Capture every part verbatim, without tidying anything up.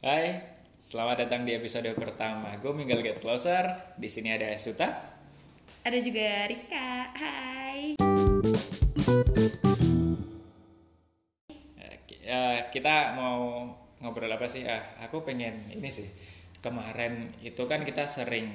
Hai, selamat datang di episode pertama Go Mingle Get Closer. Di sini ada Suta. Ada juga Rika. Hai. Oke, eh, kita mau ngobrol apa sih? Ah, aku pengen ini sih. Kemarin itu kan kita sering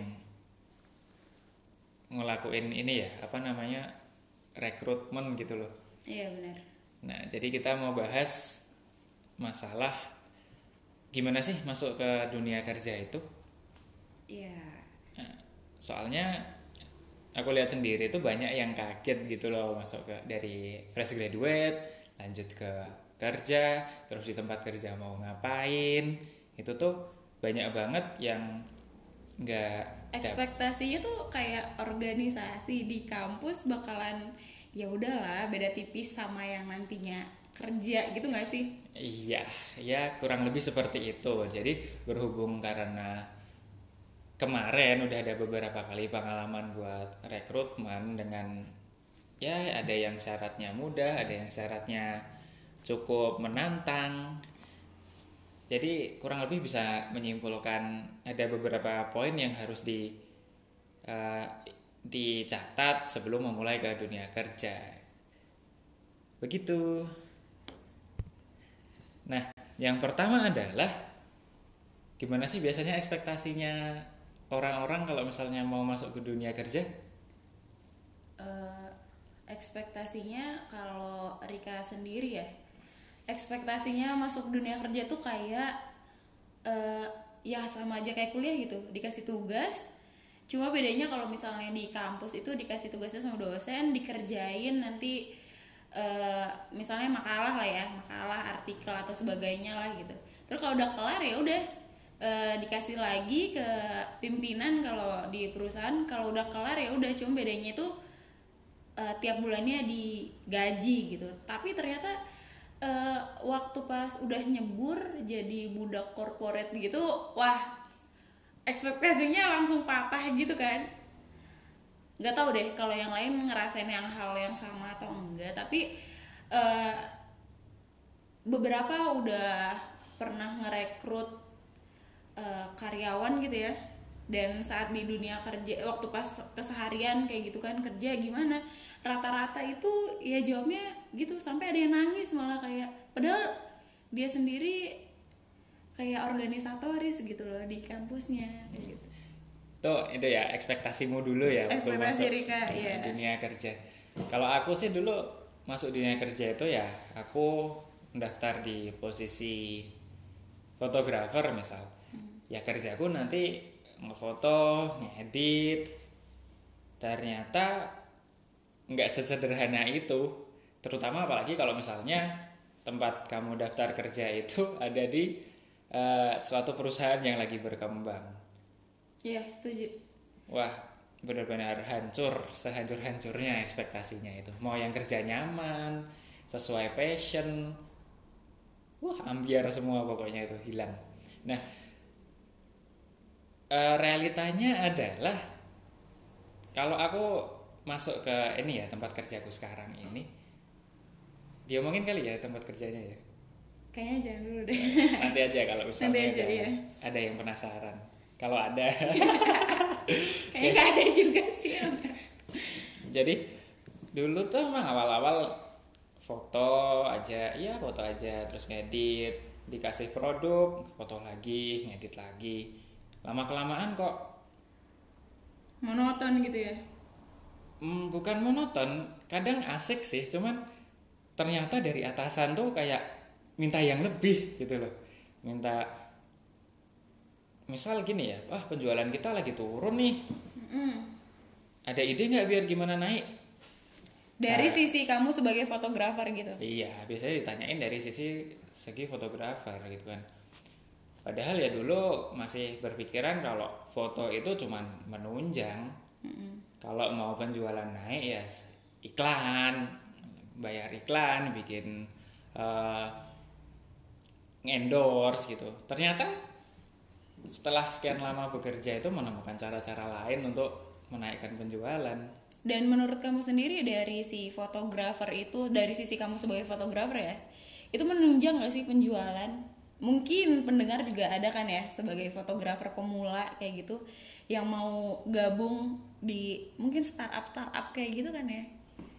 ngelakuin ini ya, apa namanya? Rekrutmen gitu loh. Iya benar. Nah, jadi kita mau bahas masalah gimana sih masuk ke dunia kerja itu. Iya. Nah, soalnya aku lihat sendiri itu banyak yang kaget gitu loh masuk ke dari fresh graduate lanjut ke kerja, terus di tempat kerja mau ngapain, itu tuh banyak banget yang nggak dap- Ekspektasinya tuh kayak organisasi di kampus bakalan ya udahlah beda tipis sama yang nantinya kerja gitu nggak sih? iya ya kurang lebih seperti itu. Jadi berhubung karena kemarin udah ada beberapa kali pengalaman buat rekrutmen dengan ya ada yang syaratnya mudah, ada yang syaratnya cukup menantang. Jadi kurang lebih bisa menyimpulkan ada beberapa poin yang harus di eh, dicatat sebelum memulai ke dunia kerja. Begitu. Nah, yang pertama adalah gimana sih biasanya ekspektasinya orang-orang kalau misalnya mau masuk ke dunia kerja? Eh, ekspektasinya kalau Rika sendiri ya, ekspektasinya masuk dunia kerja tuh kayak eh, ya sama aja kayak kuliah gitu, dikasih tugas. Cuma bedanya kalau misalnya di kampus itu dikasih tugasnya sama dosen, dikerjain nanti eh, misalnya makalah lah ya, makalah, artikel atau sebagainya lah gitu. Terus kalau udah kelar ya udah eh, dikasih lagi ke pimpinan kalau di perusahaan. Kalau udah kelar ya udah, cuma bedanya itu eh, tiap bulannya digaji gitu. Tapi ternyata eh, waktu pas udah nyebur jadi budak korporat gitu, wah ekspektasinya langsung patah gitu kan. Nggak tahu deh kalau yang lain ngerasain yang hal yang sama atau enggak, tapi eh, beberapa udah pernah ngerekrut eh, karyawan gitu ya, dan saat di dunia kerja waktu pas keseharian kayak gitu kan kerja gimana, rata-rata itu ya jawabnya gitu, sampai ada yang nangis malah, kayak padahal dia sendiri kayak organisatoris gitu loh di kampusnya kayak gitu. Tuh itu ya ekspektasimu dulu ya waktu Ekspektasi masuk Rika eh, ya. dunia kerja. Kalau aku sih dulu masuk dunia kerja itu ya aku mendaftar di posisi fotografer misal. Ya kerjaku nanti ngefoto, ngedit. Ternyata nggak sesederhana itu. Terutama apalagi kalau misalnya tempat kamu daftar kerja itu ada di eh, suatu perusahaan yang lagi berkembang. Iya setuju. Wah, benar-benar hancur, sehancur-hancurnya ekspektasinya itu. Mau yang kerja nyaman, sesuai passion, wah ambiar semua pokoknya itu hilang. Nah, eh, realitanya adalah kalau aku masuk ke ini ya tempat kerjaku sekarang ini, diomongin kali ya tempat kerjanya ya. Kayaknya jangan dulu deh. Nanti aja kalau misalnya Nanti aja, ada, iya. ada yang penasaran. Kalau ada, Kayaknya nggak ada juga sih. jadi dulu tuh emang awal-awal foto aja, iya foto aja, terus ngedit, dikasih produk, foto lagi, ngedit lagi. Lama kelamaan kok Monoton gitu ya. hmm, bukan monoton, kadang asik sih, cuman ternyata dari atasan tuh kayak minta yang lebih gitu loh. Minta misal gini ya, wah penjualan kita lagi turun nih. Mm. Ada ide nggak biar gimana naik? Dari Nah, sisi kamu sebagai fotografer gitu. iya, biasanya ditanyain dari sisi segi fotografer gitu kan. Padahal ya dulu masih berpikiran kalau foto itu cuman menunjang. Mm-mm. Kalau mau penjualan naik ya iklan, bayar iklan, bikin eh, endorse gitu. Ternyata setelah sekian lama bekerja itu menemukan cara-cara lain untuk menaikkan penjualan. Dan menurut kamu sendiri dari si fotografer itu, dari sisi kamu sebagai fotografer ya, itu menunjang nggak sih penjualan? mungkin pendengar juga ada kan ya sebagai fotografer pemula kayak gitu yang mau gabung di mungkin startup startup kayak gitu kan ya.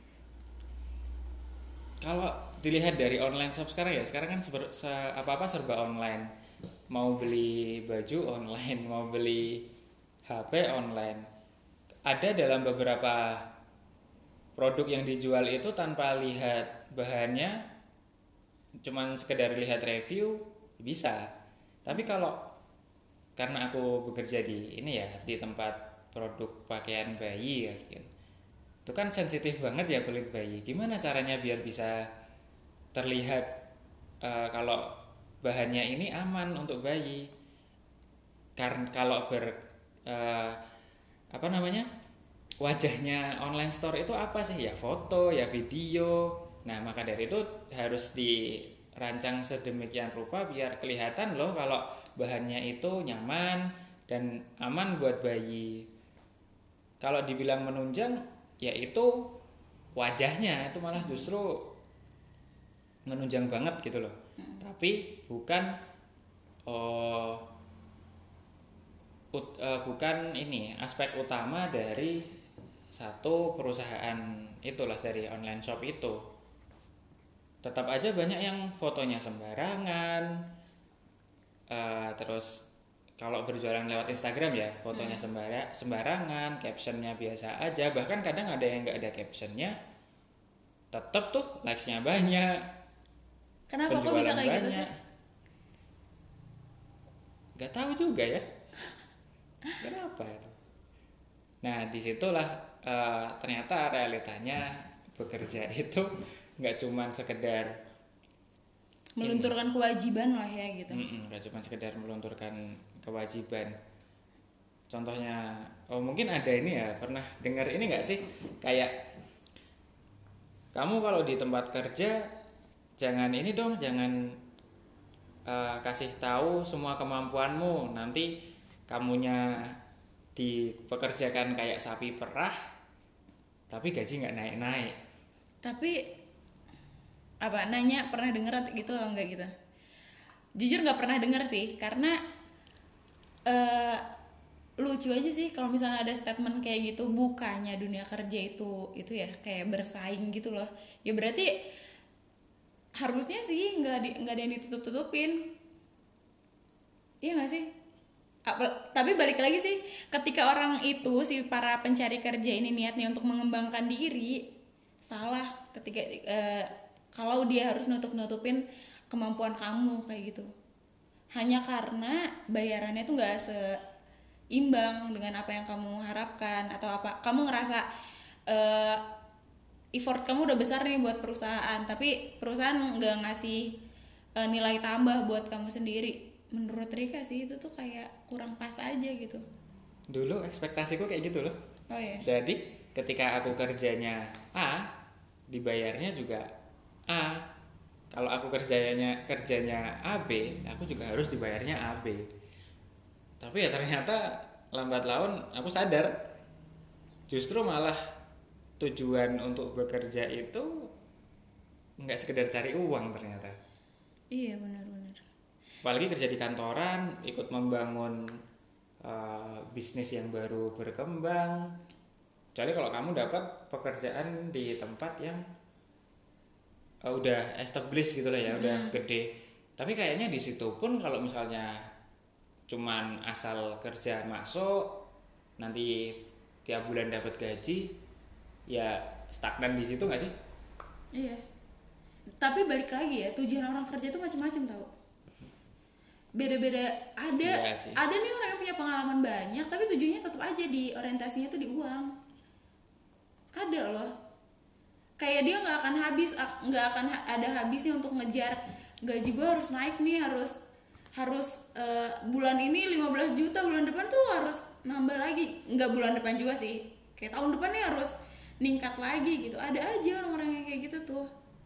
Kalau dilihat dari online shop sekarang ya, sekarang kan seber, se, apa-apa serba online. Mau beli baju online, mau beli H P online. Ada dalam beberapa produk yang dijual itu tanpa lihat bahannya, cuman sekedar lihat review bisa. Tapi kalau karena aku bekerja di ini ya, di tempat produk pakaian bayi ya, itu kan sensitif banget ya kulit bayi. Gimana caranya biar bisa terlihat uh, kalau bahannya ini aman untuk bayi? Karena kalau ber uh, apa namanya wajahnya online store itu apa sih ya, foto ya, video. Nah maka dari itu harus dirancang sedemikian rupa biar kelihatan loh kalau bahannya itu nyaman dan aman buat bayi. Kalau dibilang menunjang ya itu wajahnya itu malah justru menunjang banget gitu loh. Hmm. Tapi bukan oh, ut, uh, bukan ini aspek utama dari satu perusahaan itulah, dari online shop itu. Tetap aja banyak yang fotonya sembarangan. Uh, terus kalau berjualan lewat Instagram ya fotonya hmm. sembarangan, captionnya biasa aja, bahkan kadang ada yang nggak ada captionnya, tetap tuh likes-nya banyak. Kenapa kok bisa kayak gitu sih? Gak tahu juga ya. Kenapa itu? Nah disitulah uh, ternyata realitanya bekerja itu nggak cuma sekedar melunturkan ini. Kewajiban lah ya gitu. Nggak cuma sekedar melunturkan kewajiban. Contohnya, oh mungkin ada ini ya, pernah dengar ini nggak sih? Kayak kamu kalau di tempat kerja jangan ini dong, jangan uh, kasih tahu semua kemampuanmu, nanti kamunya dipekerjakan kayak sapi perah, tapi gaji nggak naik-naik. Tapi apa nanya pernah dengar gitu atau enggak gitu? Jujur nggak pernah dengar sih, karena uh, lucu aja sih kalau misalnya ada statement kayak gitu. Bukannya dunia kerja itu itu ya kayak bersaing gitu loh. Ya berarti harusnya sih nggak di, nggak ada yang ditutup-tutupin, iya nggak sih? Apa, tapi balik lagi sih, ketika orang itu si para pencari kerja ini niatnya untuk mengembangkan diri, salah ketika uh, kalau dia harus nutup-nutupin kemampuan kamu kayak gitu hanya karena bayarannya tuh nggak seimbang dengan apa yang kamu harapkan, atau apa kamu ngerasa uh, effort kamu udah besar nih buat perusahaan tapi perusahaan nggak ngasih uh, nilai tambah buat kamu sendiri. Menurut Rika sih itu tuh kayak kurang pas aja gitu. Dulu ekspektasiku kayak gitu loh. Oh iya. Jadi ketika aku kerjanya A, dibayarnya juga A. Kalau aku kerjanya kerjanya A B, aku juga harus dibayarnya A B. Tapi ya ternyata lambat laun aku sadar justru malah tujuan untuk bekerja itu nggak sekedar cari uang ternyata. Iya benar-benar. Apalagi kerja di kantoran, ikut membangun uh, bisnis yang baru berkembang. Kecuali kalau kamu dapat pekerjaan di tempat yang uh, udah established gitu lah ya, hmm. udah gede. Tapi kayaknya di situ pun kalau misalnya cuman asal kerja masuk, nanti tiap bulan dapat gaji, ya stagnan di situ nggak sih? Iya. Tapi balik lagi ya, tujuan orang kerja itu macam-macam tau. Beda-beda. Ada iya ada nih orang yang punya pengalaman banyak, tapi tujuannya tetap aja di orientasinya tuh di uang. Ada loh. Kayak dia nggak akan habis, nggak akan ada habisnya untuk ngejar gaji gue harus naik nih, harus harus uh, bulan ini lima belas juta, bulan depan tuh harus nambah lagi. Nggak bulan depan juga sih. Kayak tahun depan nih harus ningkat lagi gitu. Ada aja orang-orang yang kayak gitu tuh.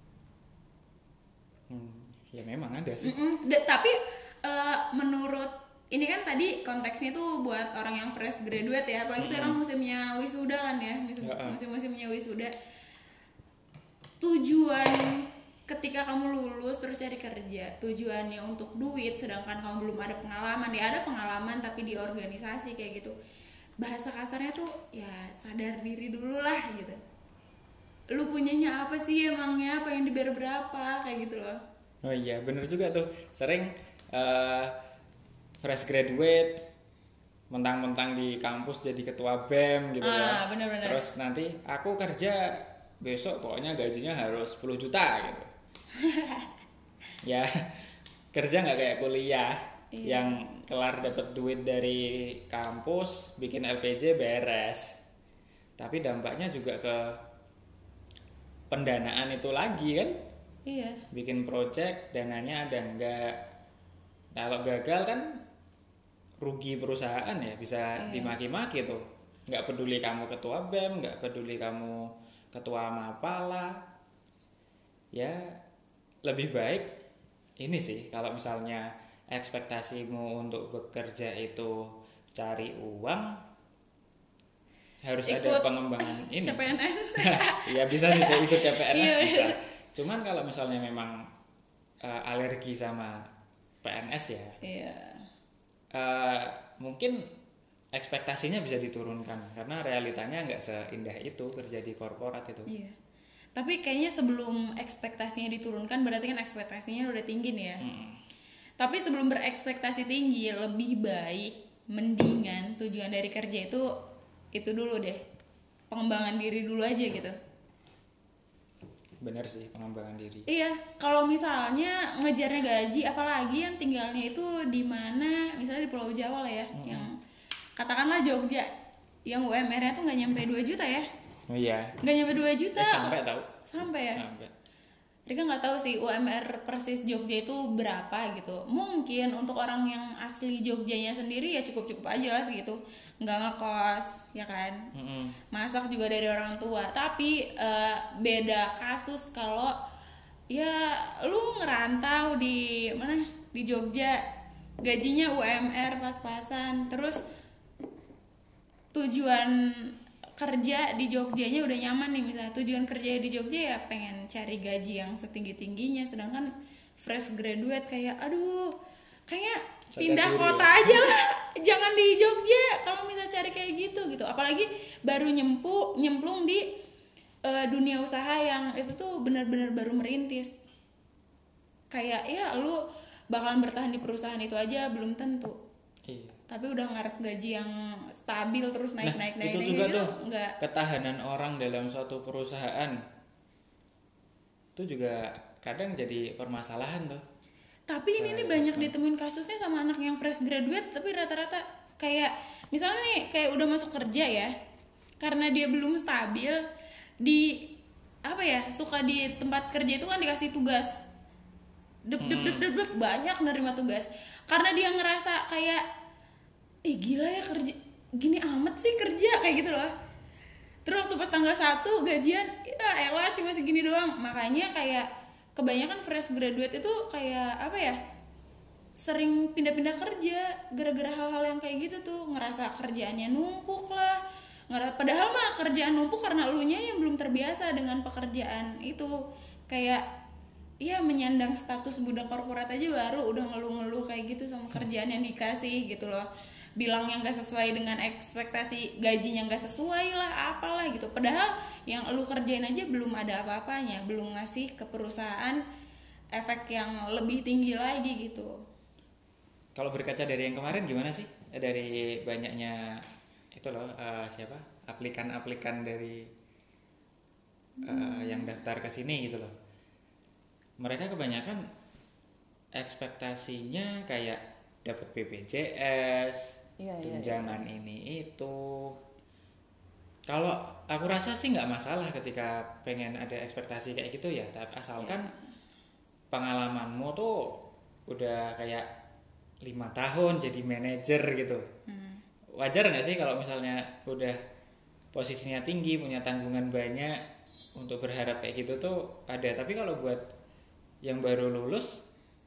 Hmm, ya memang ada sih. D- tapi uh, menurut ini kan tadi konteksnya tuh buat orang yang fresh graduate ya, apalagi mm-hmm. sekarang musimnya wisuda kan ya, musim, musim-musimnya wisuda. Tujuan ketika kamu lulus terus cari kerja tujuannya untuk duit, sedangkan kamu belum ada pengalaman, ya ada pengalaman tapi di organisasi kayak gitu, bahasa kasarnya tuh ya sadar diri dulu lah gitu. Lu punyanya apa sih emangnya, apa yang dibayar berapa, kayak gitu loh. Oh iya bener juga tuh, sering uh, fresh graduate mentang-mentang di kampus jadi ketua B E M gitu ah, ya. Bener-bener. Terus nanti aku kerja besok pokoknya gajinya harus sepuluh juta gitu. Ya kerja nggak kayak kuliah, iya. Yang kelar dapat duit dari kampus bikin L P J beres, tapi dampaknya juga ke pendanaan itu lagi kan. Iya. Bikin project dananya ada enggak, kalau gagal kan rugi perusahaan ya, bisa iya. Dimaki-maki tuh. Nggak peduli kamu ketua B E M, nggak peduli kamu ketua Mapala, ya lebih baik ini sih kalau misalnya ekspektasimu untuk bekerja itu cari uang, harus ikut ada pengembangan ini. C P N S. Ya bisa sih ikut C P N S bisa. Cuman kalau misalnya memang uh, alergi sama P N S ya, iya. uh, mungkin ekspektasinya bisa diturunkan karena realitanya nggak seindah itu kerja di korporat itu. Iya. Tapi kayaknya sebelum ekspektasinya diturunkan berarti kan ekspektasinya udah tinggi nih ya. Hmm. Tapi sebelum berekspektasi tinggi lebih baik mendingan tujuan dari kerja itu itu dulu deh. Pengembangan diri dulu aja gitu. Bener sih, pengembangan diri. Iya, kalau misalnya ngejarnya gaji apalagi yang tinggalnya itu di mana, misalnya di Pulau Jawa lah ya, hmm. yang katakanlah Jogja yang U M R-nya tuh nggak nyampe dua juta ya. Oh iya. Nggak nyampe dua juta. Eh, sampai tahu. Sampai ya. Sampai. Mereka nggak tahu sih U M R persis Jogja itu berapa gitu. Mungkin untuk orang yang asli Jogjanya sendiri ya cukup-cukup aja lah segitu. Nggak ngekos, ya kan. Mm-hmm. Masak juga dari orang tua. Tapi uh, beda kasus kalau ya lu ngerantau di mana di Jogja, gajinya U M R pas-pasan, terus tujuan kerja di Jogjanya udah nyaman nih, misalnya tujuan kerja di Jogja ya pengen cari gaji yang setinggi-tingginya, sedangkan fresh graduate kayak aduh kayaknya sadar pindah kota ya. Aja lah jangan di Jogja kalau misalnya cari kayak gitu gitu, apalagi baru nyempu nyemplung di uh, dunia usaha yang itu tuh benar-benar baru merintis, kayak ya lu bakalan bertahan di perusahaan itu aja belum tentu. Iya. Tapi udah ngarep gaji yang stabil terus naik nah, naik naik itu naik juga gitu, tuh enggak. Ketahanan orang dalam suatu perusahaan itu juga kadang jadi permasalahan tuh. Tapi ini nih banyak ditemuin kasusnya sama anak yang fresh graduate tapi rata-rata kayak misalnya nih kayak udah masuk kerja ya, karena dia belum stabil di apa ya, suka di tempat kerja itu kan dikasih tugas dep dep dep dep, dep banyak nerima tugas karena dia ngerasa kayak eh gila ya kerja gini amat sih kerja kayak gitu loh. Terus waktu pas tanggal satu gajian ya elah cuma segini doang. Makanya kayak kebanyakan fresh graduate itu kayak apa ya, sering pindah-pindah kerja gara-gara hal-hal yang kayak gitu tuh, ngerasa kerjaannya numpuk lah. Padahal mah kerjaan numpuk karena elunya yang belum terbiasa dengan pekerjaan itu. Kayak ya menyandang status budak korporat aja baru udah ngeluh-ngeluh kayak gitu sama kerjaan yang dikasih gitu loh. Bilang yang gak sesuai dengan ekspektasi, gajinya gak sesuai lah apalah gitu, padahal yang lu kerjain aja belum ada apa-apanya, belum ngasih ke perusahaan efek yang lebih tinggi lagi gitu. Kalau berkaca dari yang kemarin gimana sih, dari banyaknya itu loh uh, siapa aplikan-aplikan dari uh, hmm. yang daftar ke sini gitu loh, mereka kebanyakan ekspektasinya kayak dapat B P J S, iya, tunjangan iya, iya. ini itu. Kalau aku rasa sih nggak masalah ketika pengen ada ekspektasi kayak gitu ya, tapi asalkan iya. pengalamanmu tuh udah kayak lima tahun jadi manajer gitu. Hmm. Wajar nggak sih kalau misalnya udah posisinya tinggi, punya tanggungan banyak, untuk berharap kayak gitu tuh ada. Tapi kalau buat yang baru lulus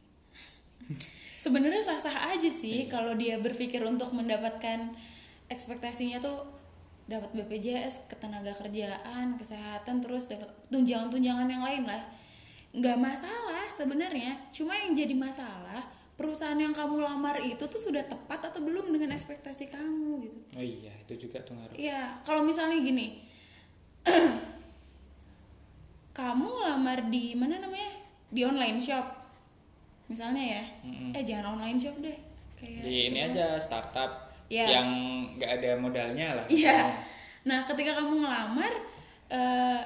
sebenarnya sah-sah aja sih kalau dia berpikir untuk mendapatkan ekspektasinya tuh dapat B P J S, ketenaga kerjaan, kesehatan, terus dapat tunjangan-tunjangan yang lain lah. nggak masalah sebenarnya. Cuma yang jadi masalah perusahaan yang kamu lamar itu tuh sudah tepat atau belum dengan ekspektasi kamu gitu. Oh iya, itu juga tuh ngaruh. Iya, kalau misalnya gini, kamu ngelamar di mana namanya, di online shop misalnya ya, mm-hmm. eh jangan online shop deh, kayak di ini gitu. aja startup ya. yang nggak ada modalnya lah. Iya. Nah ketika kamu ngelamar uh,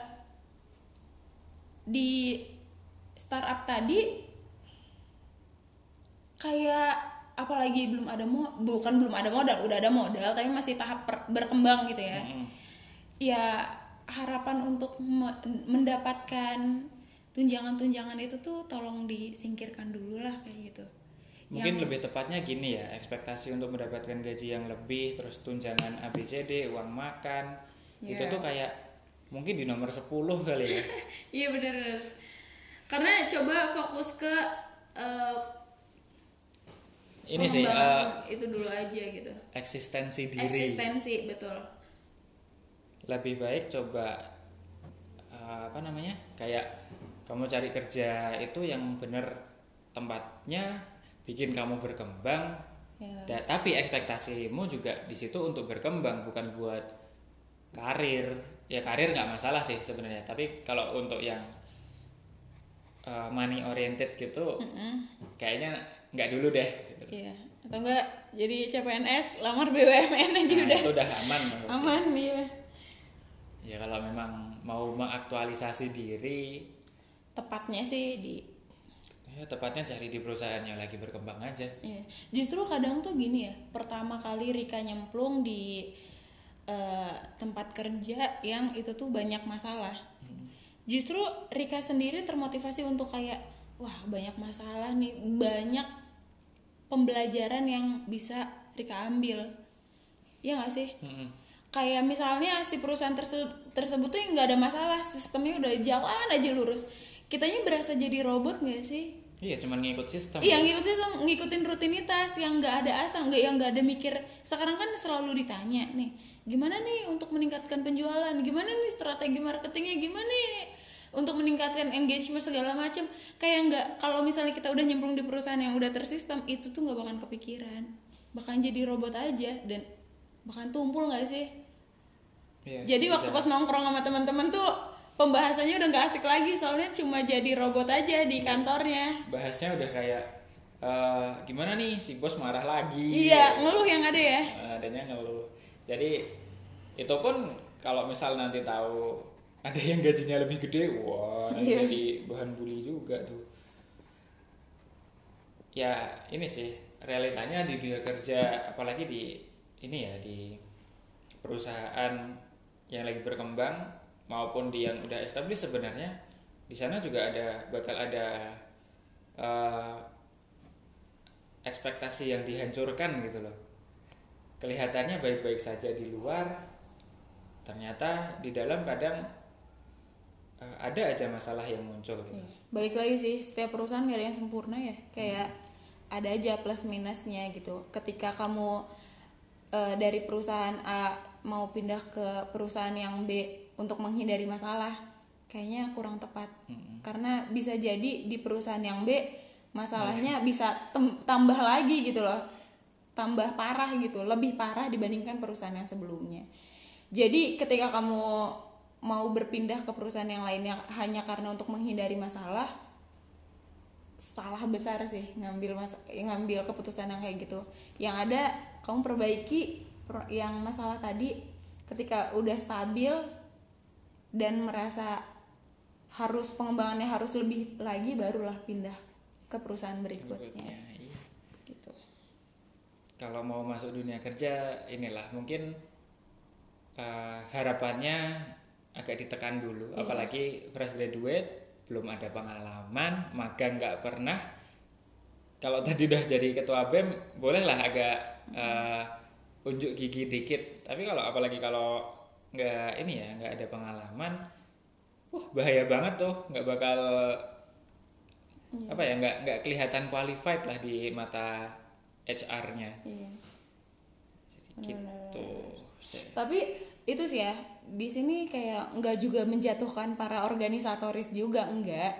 di startup tadi, kayak apalagi belum ada mo bukan belum ada modal, udah ada modal tapi masih tahap per- berkembang gitu ya. Mm-hmm. Ya harapan untuk me- mendapatkan tunjangan-tunjangan itu tuh tolong disingkirkan dulu lah kayak gitu. Mungkin yang... lebih tepatnya gini ya, ekspektasi untuk mendapatkan gaji yang lebih, terus tunjangan A B C D, uang makan, yeah. Itu tuh kayak mungkin di nomor sepuluh kali ya. Iya benar. Karena coba fokus ke uh, ini sih uh, itu dulu aja gitu. Eksistensi diri. Eksistensi, betul. Lebih baik coba uh, apa namanya? Kayak kamu cari kerja itu yang bener tempatnya bikin kamu berkembang. Ya. Da, tapi ekspektasimu juga di situ untuk berkembang, bukan buat karir. Ya karir nggak masalah sih sebenarnya, tapi kalau untuk yang uh, money oriented gitu, mm-mm. kayaknya nggak dulu deh. Gitu. Iya. Atau enggak jadi C P N S, lamar B U M N aja nah, udah. Itu udah aman. Aman ya. Ya kalau memang mau mengaktualisasi diri, tepatnya sih di ya tepatnya cari di perusahaan yang lagi berkembang aja. Iya. Justru kadang tuh gini ya, pertama kali Rika nyemplung di uh, tempat kerja yang itu tuh banyak masalah. Hmm. Justru Rika sendiri termotivasi untuk kayak, wah banyak masalah nih, banyak pembelajaran yang bisa Rika ambil. Iya gak sih? Hmm. Kayak misalnya si perusahaan terse- tersebut tuh nggak ada masalah, sistemnya udah jalan aja lurus. Kitanya berasa jadi robot nggak sih? Iya, cuma ngikut sistem. Iya, ngikut sistem, ngikutin rutinitas yang nggak ada asal, nggak yang nggak ada mikir. Sekarang kan selalu ditanya nih, gimana nih untuk meningkatkan penjualan, gimana nih strategi marketingnya, gimana nih untuk meningkatkan engagement segala macam. Kayak nggak, kalau misalnya kita udah nyemplung di perusahaan yang udah tersistem, itu tuh nggak bakalan kepikiran, bakalan jadi robot aja dan bakalan tumpul nggak sih? Iya, jadi bisa. Waktu pas nongkrong sama teman-teman tuh pembahasannya udah nggak asik lagi, soalnya cuma jadi robot aja di kantornya. Bahasnya udah kayak uh, gimana nih si bos marah lagi. Iya, ngeluh yang ada ya. Uh, adanya ngeluh. Jadi itu pun kalau misal nanti tahu ada yang gajinya lebih gede, wah iya. Jadi bahan bully juga tuh. Ya ini sih realitanya di dunia kerja, apalagi di ini ya di perusahaan yang lagi berkembang maupun di yang udah established, sebenarnya di sana juga ada bakal ada uh, ekspektasi yang dihancurkan gitu loh. Kelihatannya baik-baik saja di luar, ternyata di dalam kadang uh, ada aja masalah yang muncul gitu. Balik lagi sih, setiap perusahaan gak ada yang sempurna ya, kayak hmm. ada aja plus minusnya gitu. Ketika kamu uh, dari perusahaan A mau pindah ke perusahaan yang B untuk menghindari masalah, kayaknya kurang tepat. Mm-hmm. Karena bisa jadi di perusahaan yang B masalahnya mm-hmm. bisa tem- tambah lagi gitu loh, tambah parah gitu, lebih parah dibandingkan perusahaan yang sebelumnya. Jadi ketika kamu mau berpindah ke perusahaan yang lainnya hanya karena untuk menghindari masalah, salah besar sih ngambil mas- ngambil keputusan yang kayak gitu. Yang ada kamu perbaiki yang masalah tadi, ketika udah stabil dan merasa harus pengembangannya harus lebih lagi, barulah pindah ke perusahaan berikutnya. berikutnya iya. Gitu. Kalau mau masuk dunia kerja, inilah mungkin uh, harapannya agak ditekan dulu, iya. Apalagi fresh graduate, belum ada pengalaman, magang nggak pernah. Kalau tadi udah jadi ketua B E M, bolehlah agak uh, unjuk gigi dikit. Tapi kalau apalagi kalau nggak ini ya, nggak ada pengalaman, wah bahaya banget tuh, nggak bakal iya. apa ya, nggak nggak kelihatan qualified lah di mata H R-nya. Iya. Jadi gitu. Tapi itu sih ya, di sini kayak nggak juga menjatuhkan para organisatoris juga, enggak.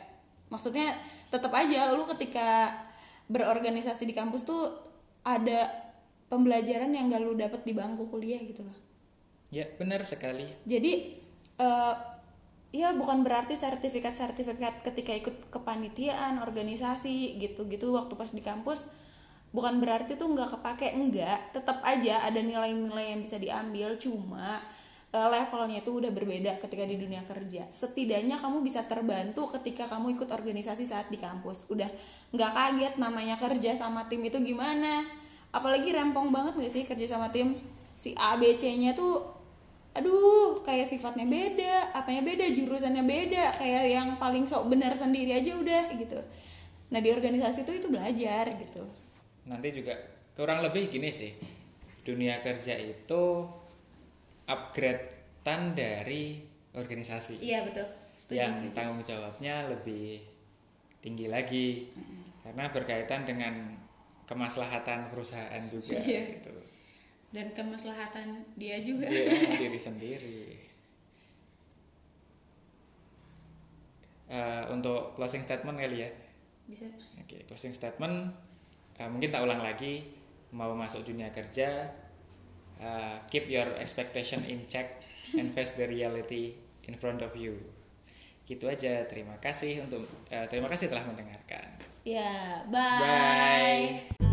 Maksudnya tetap aja lu ketika berorganisasi di kampus tuh ada pembelajaran yang gak lu dapet di bangku kuliah gitu loh. Ya benar sekali. Jadi uh, ya bukan berarti sertifikat-sertifikat ketika ikut kepanitiaan, organisasi gitu-gitu waktu pas di kampus bukan berarti tuh nggak kepake, enggak, tetap aja ada nilai-nilai yang bisa diambil, cuma uh, levelnya tuh udah berbeda ketika di dunia kerja. Setidaknya kamu bisa terbantu ketika kamu ikut organisasi saat di kampus, udah nggak kaget namanya kerja sama tim itu gimana, apalagi rempong banget nggak sih kerja sama tim, si A B C-nya tuh aduh kayak sifatnya beda, apanya beda, jurusannya beda, kayak yang paling sok benar sendiri aja udah gitu. Nah di organisasi tuh itu belajar gitu. Nanti juga kurang lebih gini sih, dunia kerja itu upgrade-an dari organisasi. Iya betul. Setuju, yang setuju. Tanggung jawabnya lebih tinggi lagi, mm-hmm. karena berkaitan dengan kemaslahatan perusahaan juga, iya. gitu. Dan kemaslahatan dia juga. Dia diri sendiri. Uh, untuk closing statement kali ya. Bisa. Oke, okay, closing statement. Uh, mungkin tak ulang lagi, mau masuk dunia kerja, uh, keep your expectation in check and face the reality in front of you. Gitu aja. Terima kasih untuk uh, terima kasih telah mendengarkan. Ya, bye. Bye.